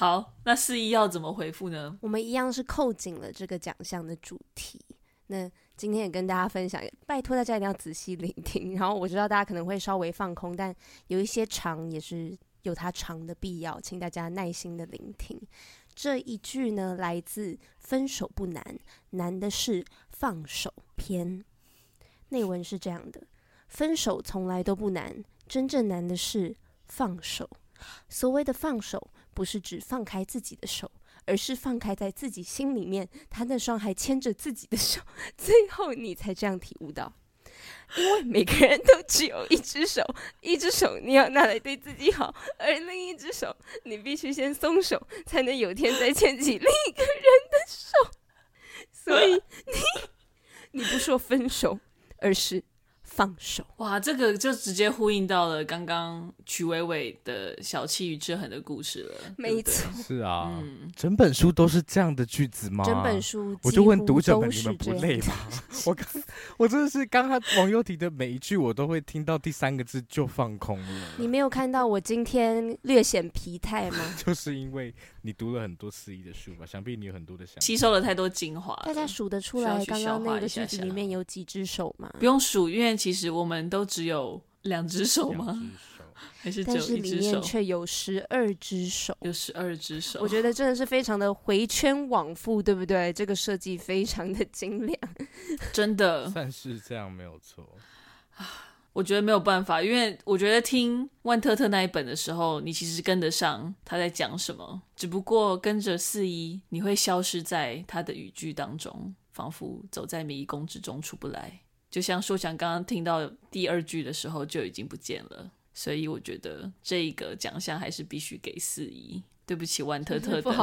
S3: 好，那4-1要怎么回复呢？
S5: 我们一样是扣紧了这个奖项的主题。那今天也跟大家分享，拜托大家一定要仔细聆听。然后我知道大家可能会稍微放空，但有一些长也是有它长的必要，请大家耐心的聆听。这一句呢，来自《分手不难，难的是放手篇》。内文是这样的：分手从来都不难，真正难的是放手。所谓的放手，不是指放开自己的手，而是放开在自己心里面他那双还牵着自己的手，最后你才这样体悟到。因为每个人都只有一只手，一只手你要拿来对自己好，而另一只手你必须先松手，才能有天再牵起另一个人的手。所以你不说分手，而是放手。
S3: 哇，这个就直接呼应到了刚刚曲伟伟的小气与志恒的故事了。
S5: 没错，
S4: 是啊，整本书都是这样的句子吗？
S5: 整本书
S4: 我就问读者们，你们不累吗？我真的是刚刚网友提的每一句，我都会听到第3个字就放空了。
S5: 你没有看到我今天略显疲态吗？
S4: 就是因为你读了很多4-1的书吧，想必你有很多的想法，
S3: 吸收了太多精华了。
S5: 大家数得出来刚刚那个句子里面有几只手吗？
S3: 不用数，因为其实我们都只有2只手吗？还是只有1只手？
S5: 但是里面却有12只手，
S3: 有12只手。
S5: 我觉得真的是非常的回圈往复，对不对？这个设计非常的精良，
S3: 真的
S4: 算是这样没有错。
S3: 我觉得没有办法，因为我觉得听万特特那一本的时候，你其实跟得上他在讲什么，只不过跟着4-1，你会消失在他的语句当中，仿佛走在迷宫之中出不来。就像硕翔刚刚听到第2句的时候就已经不见了，所以我觉得这一个奖项还是必须给4-1。对不起，万特特的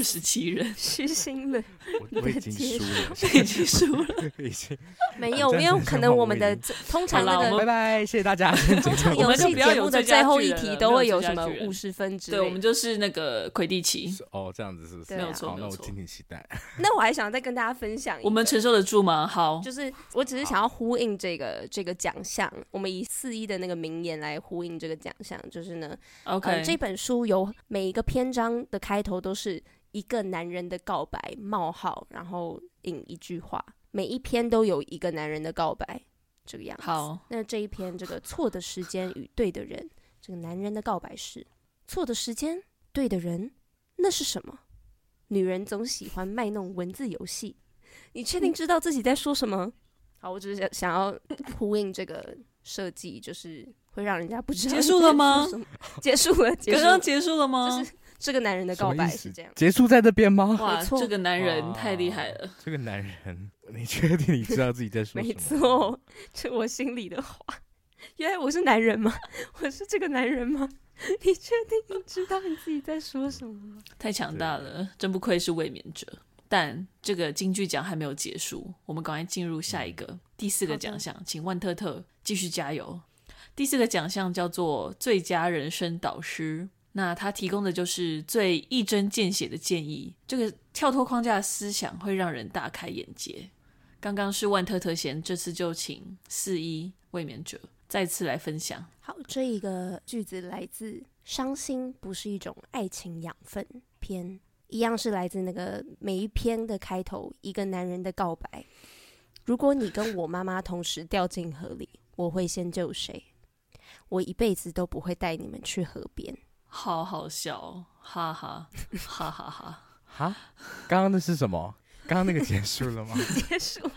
S3: 27人，
S5: 失心了，
S4: 我已经输了，
S3: 已经输了，
S4: 已经
S5: 没有，因为可能我们的通常那个
S4: 拜拜，谢谢大家。
S5: 通常游戏节目的最后一题都会有什么50分之类的，
S3: 对，我们就是那个魁地奇。
S4: 哦，这样子是不是？
S3: 没有错，
S4: 好，那我敬请期待。
S5: 那我还想再跟大家分享一个，
S3: 我们承受得住吗？好，
S5: 就是我只是想要呼应这个奖项，我们以4-1的那个名言来呼应这个奖项，就是呢
S3: ，OK，
S5: 这本书有每一个篇章的开头都是一个男人的告白冒号，然后引一句话，每一篇都有一个男人的告白，这个样子。
S3: 好，
S5: 那这一篇这个错的时间与对的人，这个男人的告白是：错的时间，对的人，那是什么？女人总喜欢卖弄文字游戏，你确定知道自己在说什么？好，我只是想要呼应这个设计，就是会让人家不知道。
S3: 结束了吗？
S5: 结束了，
S3: 刚刚结束了吗？
S5: 就是这个男人的告白是这样。
S4: 结束在这边吗？
S3: 哇，这个男人太厉害了。
S4: 这个男人，你确定你知道自己在说什么？
S5: 没错，这我心里的话。原来我是男人吗？我是这个男人吗？你确定你知道你自己在说什么吗？
S3: 太强大了，真不愧是卫冕者。但这个金句奖还没有结束，我们赶快进入下一个第4个奖项，请万特特继续加油。第4个奖项叫做最佳人生导师，那他提供的就是最一针见血的建议，这个跳脱框架的思想会让人大开眼界。刚刚是万特特先，这次就请4-1卫冕者再次来分享。
S5: 好，这一个句子来自《伤心不是一种爱情养分》篇，一样是来自那个每一篇的开头，一个男人的告白。如果你跟我妈妈同时掉进河里，我会先救谁？我一辈子都不会带你们去河边。
S3: 好好笑，哈哈哈哈哈！
S4: 哈，刚刚那是什么？刚刚那个结束了吗？
S5: 结束了。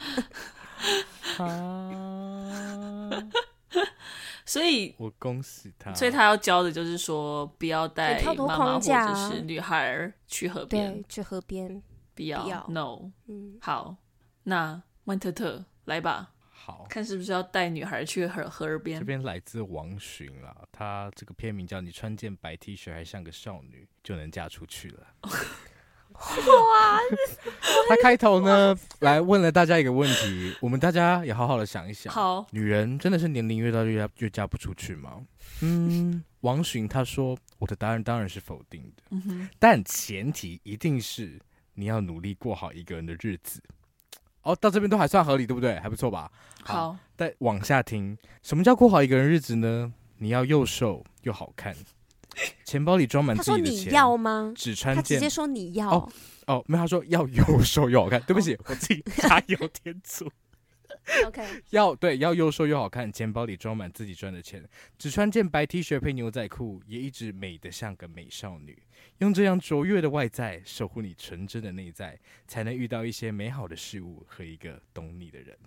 S3: 所以
S4: 我恭喜他。
S3: 所以他要教的就是说，不要带妈妈或者是女孩去河边。
S5: 对，去河边。
S3: 不要 ，no。好，那万特特来吧。
S4: 好，
S3: 看是不是要带女孩去河边。
S4: 这边来自王洵啦，他这个片名叫《你穿件白 T 恤还像个少女就能嫁出去了》。
S5: 哇！
S4: 他开头呢，来问了大家一个问题，我们大家也好好的想一想。
S3: 好，
S4: 女人真的是年龄越大越嫁不出去吗？王洵他说，我的答案当然是否定的，但前提一定是你要努力过好一个人的日子。哦，到这边都还算合理，对不对？还不错吧？
S3: 好，
S4: 再往下听，什么叫过好一个人日子呢？你要又瘦又好看， 钱包里装满
S5: 他说你
S4: 自己的钱，
S5: 要吗？
S4: 只穿件
S5: 他直接说你要。
S4: 哦，没有，他说要又瘦又好看。对不起，我自己加油添醋。
S5: OK，
S4: 要又瘦又好看，钱包里装满自己赚的钱，只穿件白 T 恤配牛仔裤，也一直美得像个美少女。用这样卓越的外在守护你纯真的内在，才能遇到一些美好的事物和一个懂你的人。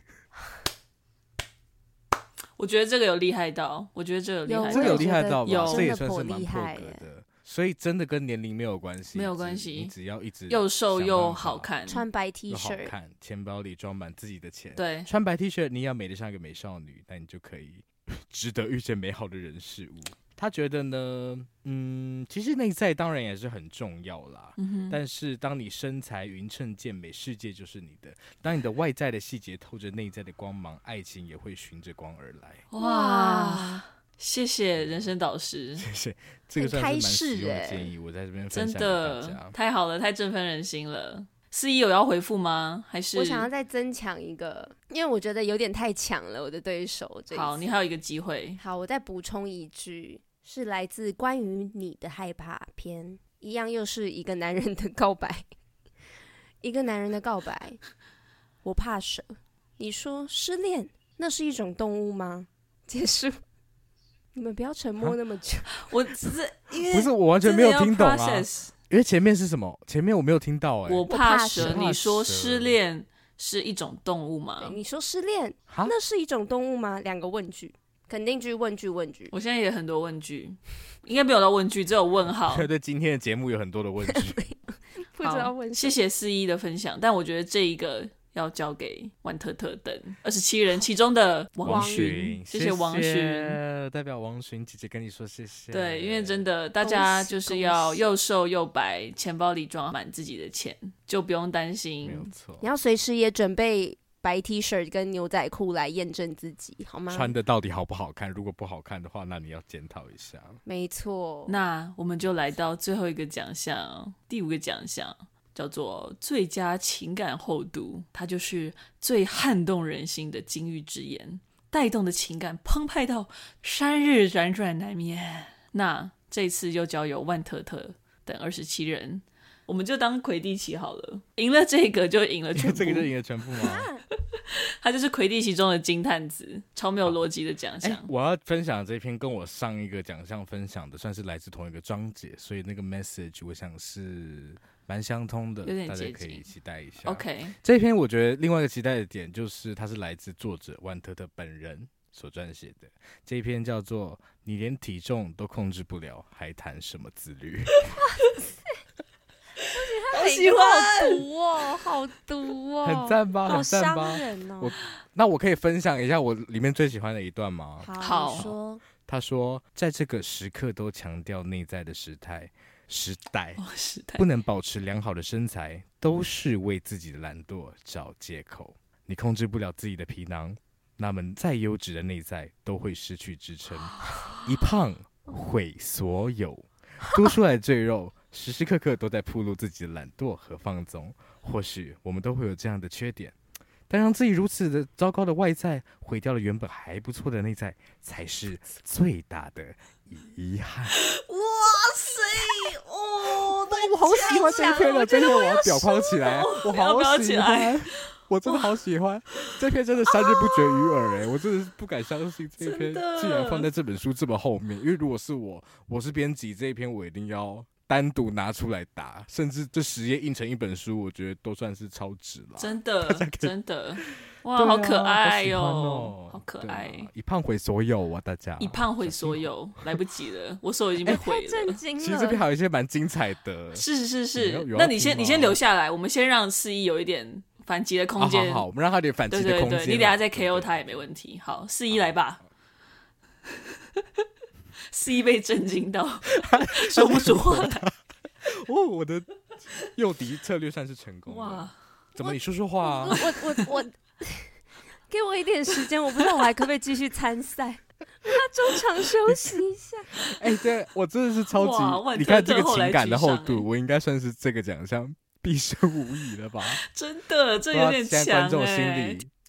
S3: 我觉得这个有厉害到，我觉得这个有厉害到，
S4: 这个有厉害到吧？
S3: 有
S4: 这也算是蛮
S5: 真的颇厉
S4: 破
S5: 害耶
S4: 格的。所以真的跟年龄没有关系，
S3: 没有关系
S4: 你只要一直
S3: 又瘦又
S4: 想办法
S3: 好看，
S5: 穿白 T
S4: 又好
S5: 恤，
S4: 看，钱包里装满自己的钱。
S3: 对，
S4: 穿白 T 恤，你要美得像一个美少女，那你就可以值得遇见美好的人事物。他觉得呢，其实内在当然也是很重要啦。但是当你身材匀称健美，世界就是你的；当你的外在的细节透着内在的光芒，爱情也会循着光而来。
S3: 哇！谢谢人生导师，
S4: 谢谢，这个算是蛮实用的建议，我在这边分
S3: 真
S4: 享给大
S3: 的
S4: 家。
S3: 太好了，太振奋人心了。四一有要回复吗？还是
S5: 我想要再增强一个，因为我觉得有点太强了，我的对手。
S3: 好，你还有一个机会。
S5: 好，我再补充一句，是来自关于你的害怕篇，一样又是一个男人的告白。一个男人的告白，我怕蛇。你说失恋那是一种动物吗？结束。你们不要沉默那么久。
S3: 我只是因为
S4: 不是我完全没有听懂啊，
S3: process
S4: 因为前面是什么？前面我没有听到哎、
S3: 我怕
S5: 怕
S3: 蛇。
S5: 蛇
S3: 你说失恋是一种动物吗
S5: 对，？你说失恋
S4: 哈
S5: 那是一种动物吗？两个问句，肯定句、问句、问句。
S3: 我现在也很多问句，应该没有到问句，只有问号。
S4: 对，今天的节目有很多的问句。
S5: 不知道问什么。
S3: 谢谢四一的分享，但我觉得这一个要交给万特特等27人其中的王
S4: 寻，
S3: 谢谢王寻。
S4: 代表王寻姐姐跟你说谢谢。
S3: 对，因为真的大家就是要又瘦又白，钱包里装满自己的钱，就不用担
S4: 没有
S3: 心。
S4: 错
S5: 你，要随时也准备白 T 恤跟牛仔裤来验证自己，好吗？
S4: 穿的到底好不好看？如果不好看的话，那你要检讨一下。
S5: 没错。
S3: 那我们就来到最后一个奖项，第5个奖项叫做最佳情感厚度，它就是最撼动人心的金玉之言，带动的情感澎湃到山日辗转难眠。那这次就交由万特特等27人，我们就当魁地奇好了，赢了这个就赢了全部。
S4: 这个就赢了全部吗？
S3: 他就是魁地奇中的金探子，超没有逻辑的奖项。
S4: 我要分享这篇跟我上一个奖项分享的，算是来自同一个章节，所以那个 message 我想是蛮相通的，
S3: 有点接近
S4: 大家可以期待一下。
S3: OK，
S4: 这篇我觉得另外一个期待的点就是它是来自作者万特特本人所撰写的，这一篇叫做你连体重都控制不了，还谈什么自律？
S5: 好喜欢，好毒哦，好毒哦，
S4: 很赞吧，
S5: 好
S4: 很赞吧
S5: 伤。人哦。
S4: 那我可以分享一下我里面最喜欢的一段吗？
S3: 好
S5: 你说
S4: 他说，在这个时刻都强调内在的时代，
S3: 时代
S4: 不能保持良好的身材，都是为自己的懒惰找借口。你控制不了自己的皮囊，那么再优质的内在都会失去支撑，一胖毁所有。多出来的赘肉，时时刻刻都在暴露自己的懒惰和放纵。或许我们都会有这样的缺点，但让自己如此的糟糕的外在毁掉了原本还不错的内在，才是最大的遗憾。
S3: 哇塞，哦，
S4: 我好喜欢这一篇了，这一篇我要表框起来，我好
S3: 标起
S4: 喜
S3: 来
S4: 欢，我真的好喜欢这篇，真的三日不绝于耳哎，我真的是不敢相信这一篇
S3: 真的
S4: 竟然放在这本书这么后面，因为如果是我是编辑，这一篇我一定要单独拿出来打，甚至这10页印成一本书，我觉得都算是超值了。
S3: 真的真的，哇，
S4: 对啊
S3: 好可爱
S4: 好喜欢
S3: 哟、
S4: 哦
S3: 好可
S4: 对啊
S3: 爱，
S4: 一胖毁所有啊，大家
S3: 一胖毁所有，来不及了，我手已经被毁
S5: 太震
S3: 了。
S5: 惊了。
S4: 其实这边还有一些蛮精彩的，
S3: 是是是，
S4: 有要
S3: 那你先
S4: 听吗
S3: 你先留下来，我们先让四一有一点反击的空间。
S4: 好好，我们让他有点反击
S3: 对对
S4: 的空间啦。
S3: 对，你等一下再
S4: 对
S3: KO 他也没问题。好，四一来吧。四一被震惊到说不出话来。
S4: 哦，我的诱敌策略算是成功了。
S3: 哇，
S4: 怎么你说说话啊？
S5: 我，给我一点时间，我不知道我还可不可以继续参赛。我要中场休息一下。
S4: 哎、对我真的是超
S3: 哇万
S4: 级，你看这个
S3: 特特后来
S4: 情感的厚
S3: 居上欸
S4: 度，我应该算是这个奖项必胜无疑了吧？
S3: 真的，这
S4: 不知道
S3: 有点强
S4: 现在观众心
S3: 哎、
S4: 里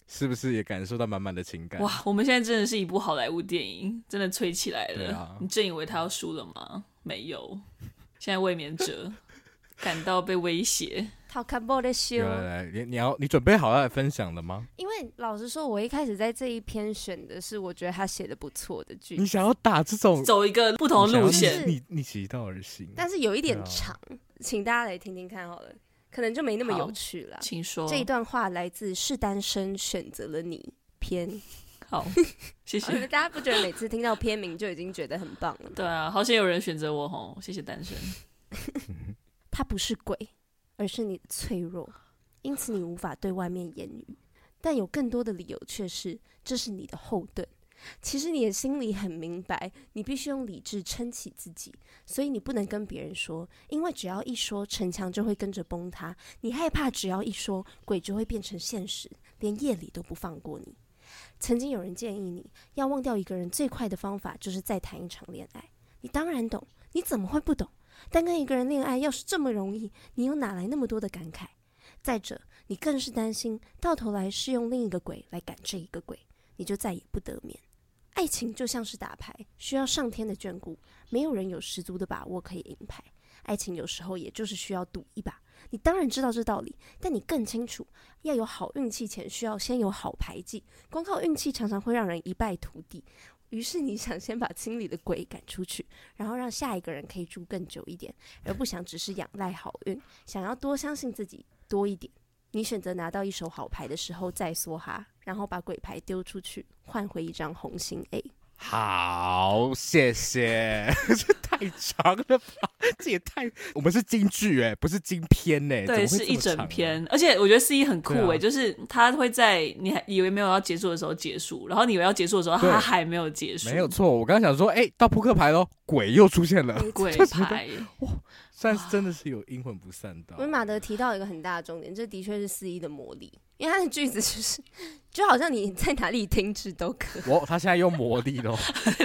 S4: 是不是也感受到满满的情感？
S3: 哇，我们现在真的是一部好莱坞电影，真的吹起来了。
S4: 啊、
S3: 你真以为他要输了吗？没有，现在卫冕者感到被威胁。
S5: 好看不的修，
S4: 来，你准备好要来分享了吗？
S5: 因为老实说，我一开始在这一篇选的是我觉得他写的不错的句子。
S4: 你想要打这种
S3: 走一个不同的路线，
S4: 逆其道而行，
S5: 但是有一点长，请大家来听听看好了，可能就没那么有趣了。
S3: 请说。
S5: 这一段话来自是单身选择了你篇。
S3: 好，谢谢。
S5: 大家不觉得每次听到篇名就已经觉得很棒了吗？
S3: 对啊，好险有人选择我吼，谢谢单身。
S5: 他不是鬼，而是你的脆弱，因此你无法对外面言语。但有更多的理由却是，这是你的后盾。其实你的心里很明白，你必须用理智撑起自己，所以你不能跟别人说，因为只要一说，城墙就会跟着崩塌。你害怕只要一说，鬼就会变成现实，连夜里都不放过你。曾经有人建议你要忘掉一个人最快的方法就是再谈一场恋爱，你当然懂，你怎么会不懂？但跟一个人恋爱要是这么容易，你又哪来那么多的感慨？再者，你更是担心到头来是用另一个鬼来赶这一个鬼，你就再也不得眠。爱情就像是打牌，需要上天的眷顾，没有人有十足的把握可以赢牌。爱情有时候也就是需要赌一把，你当然知道这道理，但你更清楚，要有好运气前需要先有好牌技，光靠运气常常会让人一败涂地。于是你想先把心里的鬼赶出去，然后让下一个人可以住更久一点，而不想只是仰赖好运，想要多相信自己多一点。你选择拿到一手好牌的时候再梭哈，然后把鬼牌丢出去，换回一张红心 A。
S4: 好，谢谢。这太长了吧？这也太……我们是京剧不是京篇
S3: 对，是一整篇。而且我觉得4E很酷就是他会在你还以为没有要结束的时候结束，然后你以为要结束的时候他还没有结束。
S4: 没有错，我刚刚想说，到扑克牌咯，鬼又出现了，
S3: 鬼牌。
S4: 哇，算是真的是有阴魂不散到。
S5: 因为马德提到一个很大的重点，这的确是4E的魔力。因为他的句子就好像你在哪里停止都可以。
S4: 他现在用魔力了。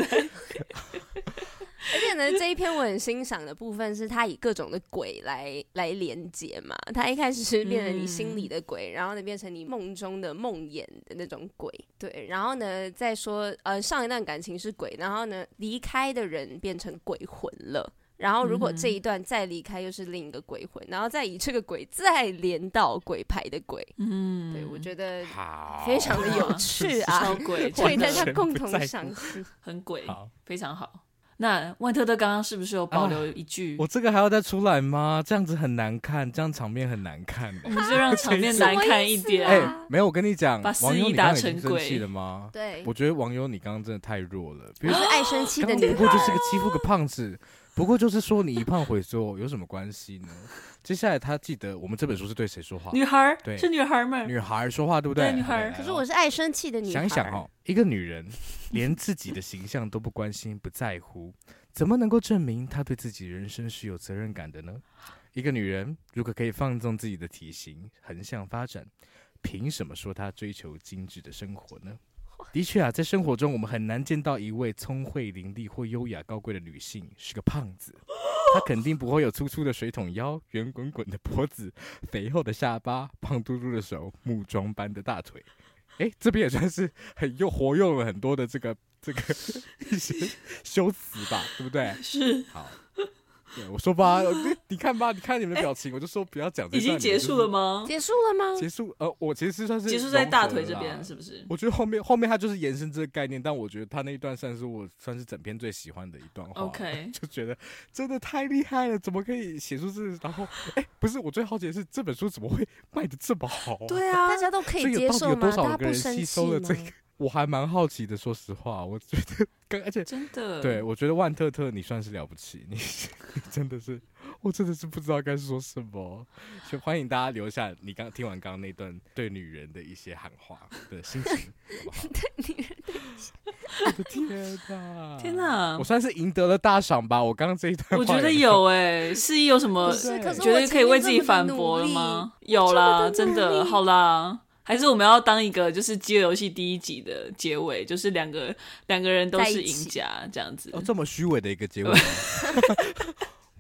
S5: 而且呢，这一篇我很欣赏的部分是他以各种的鬼来连结嘛。他一开始是变成你心里的鬼，然后呢变成你梦中的梦魇的那种鬼，对。然后呢再说上一段感情是鬼，然后呢离开的人变成鬼魂了。然后如果这一段再离开又是另一个鬼魂，然后再以这个鬼再连到鬼牌的鬼，对，我觉得非常的有趣啊，
S3: 超鬼，
S5: 可以大家共同赏析，
S3: 很鬼，非常好。那万特特刚刚是不是有保留一句？
S4: 我这个还要再出来吗？这样子很难看，这样场面很难看。
S3: 我们就让场面难看一点。
S4: 没有，我跟你讲，
S3: 把
S4: 网友你刚刚已经生
S3: 鬼
S4: 气了吗？
S5: 对，
S4: 我觉得网友你刚刚真的太弱了。比如
S5: 说爱生气的女孩，
S4: 不过就是个欺负个胖子。不过就是说你一胖毁所有有什么关系呢？接下来他记得我们这本书是对谁说话？
S3: 女孩，
S4: 对，
S3: 是女孩吗？
S4: 女孩说话对不对？
S3: 对，女孩。
S5: 可是我是爱生气的女孩。
S4: 想一想一个女人连自己的形象都不关心不在乎，怎么能够证明她对自己人生是有责任感的呢？一个女人如果可以放纵自己的体型横向发展，凭什么说她追求精致的生活呢？的确在生活中我们很难见到一位聪慧伶俐或优雅高贵的女性是个胖子，她肯定不会有粗粗的水桶腰、圆滚滚的脖子、肥厚的下巴、胖嘟嘟的手、木桩般的大腿。这边也算是活用了很多的这个一些修辞吧，对不对？
S3: 是。
S4: 好。对，我说吧，你看吧，你看你们的表情，我就说不要讲这段。
S3: 已经结束了吗？
S5: 结束了吗？
S4: 结束，我其实算是
S3: 结束在大腿这边，是不是？
S4: 我觉得后面他就是延伸这个概念，但我觉得他那一段算是我整篇最喜欢的一段话。
S3: OK，
S4: 就觉得真的太厉害了，怎么可以写出这？然后，不是，我最好奇的是这本书怎么会卖得这么好？
S3: 对啊，
S5: 大家都可以接受吗？
S4: 到底有多少个人
S5: 吸
S4: 收了这个？我还蛮好奇的，说实话，我觉得而且
S3: 真的，
S4: 对，我觉得万特特你算是了不起，你真的是，我真的是不知道该说什么。就欢迎大家留下你听完刚刚那段对女人的一些喊话的心情，好不好？
S5: 对女人的
S4: 我的天哪！
S3: 天哪！
S4: 我算是赢得了大赏吧？我刚刚这一段，
S3: 我觉得有4E有什么觉得可以为自己反驳了吗？有啦，真的，好啦。还是我们要当一个就是饥饿游戏第1集的结尾，就是两个人都是赢家这样子。
S4: 这么虚伪的一个结尾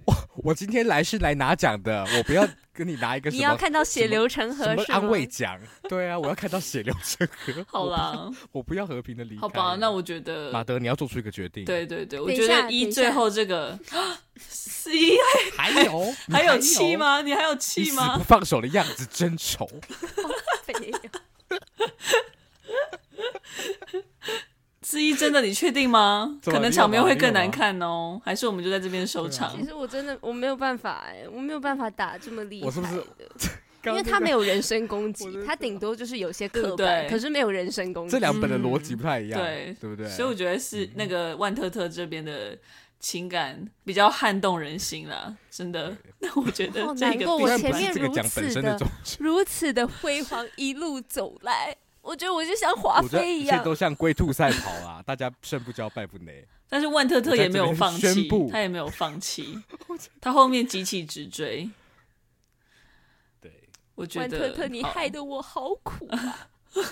S4: 我今天来是来拿奖的，我不要跟你拿一个什么，
S5: 你要看到血流成河
S4: 什么
S5: 是吗？
S4: 安慰奖？对啊，我要看到血流成河。
S3: 好啦，
S4: 我不要和平的离开。
S3: 好吧，那我觉得
S4: 马德你要做出一个决定。
S3: 对对对，我
S5: 等一下
S3: 觉得最后这个 C
S4: 还有
S3: 还有气？吗？你还有气吗
S4: 你死不？放手的样子真丑。
S5: 没有
S3: C 真的你确定吗？
S4: 怎么
S3: 可能场面会更难看哦，还是我们就在这边收场
S5: 其？实我真的我没有办法我没有办法打这么厉害的，
S4: 我是不是
S5: 因为他没有人身攻击
S4: 我的，
S5: 他顶多就是有些刻
S3: 对不对
S5: 板，可是没有人身攻击。
S4: 这两本的逻辑不太一样，
S3: 对
S4: 对不对？
S3: 所以我觉得是那个万特特这边的情感比较撼动人心啦，真的。那我觉得
S5: 好
S3: 这个
S5: 难过，我
S3: 必须
S5: 前面
S4: 这个
S5: 如此
S4: 奖本身的
S5: 的
S4: 宗旨，
S5: 如此的辉煌一路走来，我觉得我就像华
S4: 我觉得
S5: 妃一样。
S4: 一切都像龟兔赛跑啊，大家胜不骄败不馁。
S3: 但是万特特也没有放弃
S4: 我在这边宣布，
S3: 他也没有放弃，他后面急起直追。
S4: 对，
S3: 我觉得
S5: 万特特，你
S3: 好
S5: 害得我好苦啊！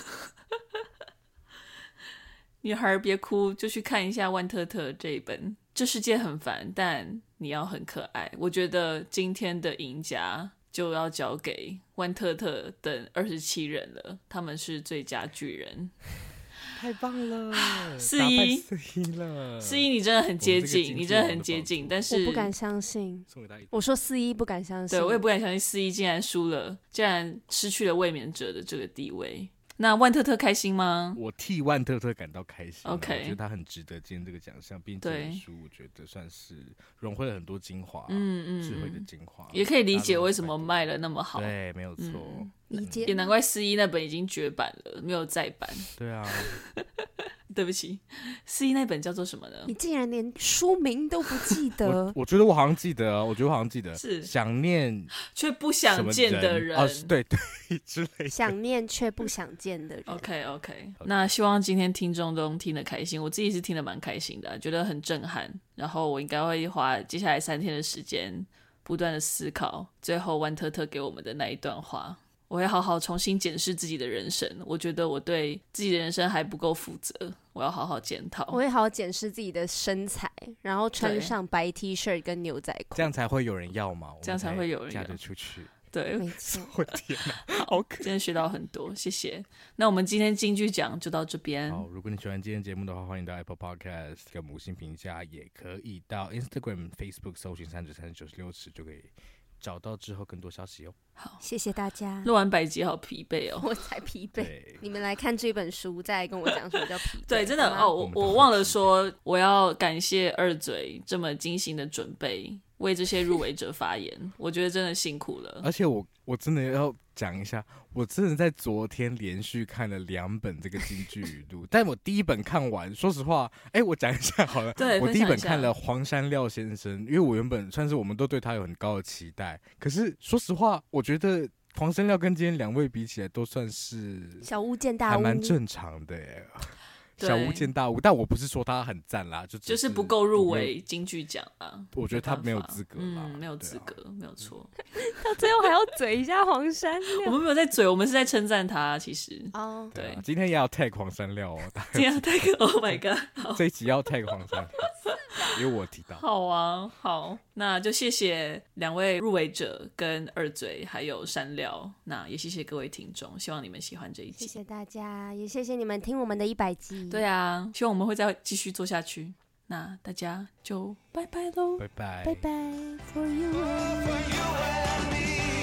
S3: 女孩别哭，就去看一下万特特这一本。这世界很烦，但你要很可爱。我觉得今天的赢家就要交给万特特等27人了，他们是最佳巨人。
S4: 太棒了，
S3: 4-1
S4: 打败4-1了。
S3: 4-1你真的很接近，
S4: 我们这个金
S3: 你真的
S4: 句王的
S3: 很接近，
S4: 宝座
S3: 但是
S5: 我不敢相信，
S4: 送给大家一
S5: 我说4-1不敢相信。
S3: 对我也不敢相信4-1竟然输了，竟然失去了卫冕者的这个地位。那万特特开心吗？
S4: 我替万特特感到开心啊。
S3: OK
S4: 我觉得他很值得今天这个奖项，并且
S3: 对
S4: 这本书我觉得算是融汇了很多精华，智慧的精华，
S3: 也可以理解为什么卖
S4: 了。
S3: 了那么好。
S4: 对，没有错。
S5: 理解
S3: 也难怪4-1那本已经绝版了，没有再版。
S4: 对啊，
S3: 对不起，4-1那本叫做什么呢
S5: 你？竟然连书名都不记得，
S4: 我觉得我好像记得啊，我觉得我好像记得
S3: 是
S4: 想念
S3: 却不
S4: 什么
S3: 想见的人。
S4: 哦，对对之类的。
S5: 想念却不想见的人。
S3: OK， 那希望今天听众都听得开心，我自己是听得蛮开心的，觉得很震撼。然后我应该会花接下来3天的时间，不断的思考最后万特特给我们的那一段话。我会好好重新检视自己的人生，我觉得我对自己的人生还不够负责，我要好好检讨。
S5: 我会好好检视自己的身材，然后穿
S3: 对
S5: 上白 T 恤跟牛仔裤。
S4: 这样才会有人要嘛，
S3: 这样才会有人要
S4: 嫁得出去。
S3: 对，
S5: 没错，
S4: 我天哪，好可
S3: 今天学到很多，谢谢。那我们今天金句奖就到这边。
S4: 好，如果你喜欢今天节目的话，欢迎到 Apple Podcast 给我们5星评价，也可以到 Instagram、Facebook 搜寻39396尺就可以找到之后更多消息哦。
S5: 谢谢大家。
S3: 录完100集好疲惫哦。
S5: 我才疲惫。
S4: 对，
S5: 你们来看这本书，再来跟我讲什么叫疲惫。
S3: 对，真的
S5: 好吗
S3: 哦，我忘了说，我要感谢二嘴这么精心的准备，为这些入围者发言，我觉得真的辛苦了。
S4: 而且我真的要讲一下，我真的在昨天连续看了2本这个京剧语录，但我第一本看完，说实话，我讲一下好了。
S3: 对，
S4: 我第一本
S3: 分享下
S4: 看了黄山料先生，因为我原本算是我们都对他有很高的期待，可是说实话，我觉得黄山料跟今天2位比起来，都算是
S5: 小巫见大巫，
S4: 还蛮正常的耶。
S3: 对
S4: 小巫见大巫，但我不是说他很赞啦，
S3: 就是不够入围金句奖啊。
S4: 我觉得他没有
S3: 办法
S4: 资格啦，
S3: 没有
S4: 对啊
S3: 资格，没有错。
S5: 到最后还要嘴一下黄山
S3: 我
S5: 料。
S3: 们没有在嘴，我们是在称赞他。其实，
S5: 哦，
S3: 对
S4: 今天也要 tag 黄山料哦，
S3: 这样太个 ，Oh my god！好
S4: 这一集要 tag 黄山料，因为我提到。
S3: 好啊，好，那就谢谢2位入围者跟二嘴还有山料，那也谢谢各位听众，希望你们喜欢这一集。
S5: 谢谢大家，也谢谢你们听我们的100集。
S3: 对啊，希望我们会再继续做下去。那大家就拜拜喽，
S4: 拜拜，
S5: 拜拜 ，For you and me。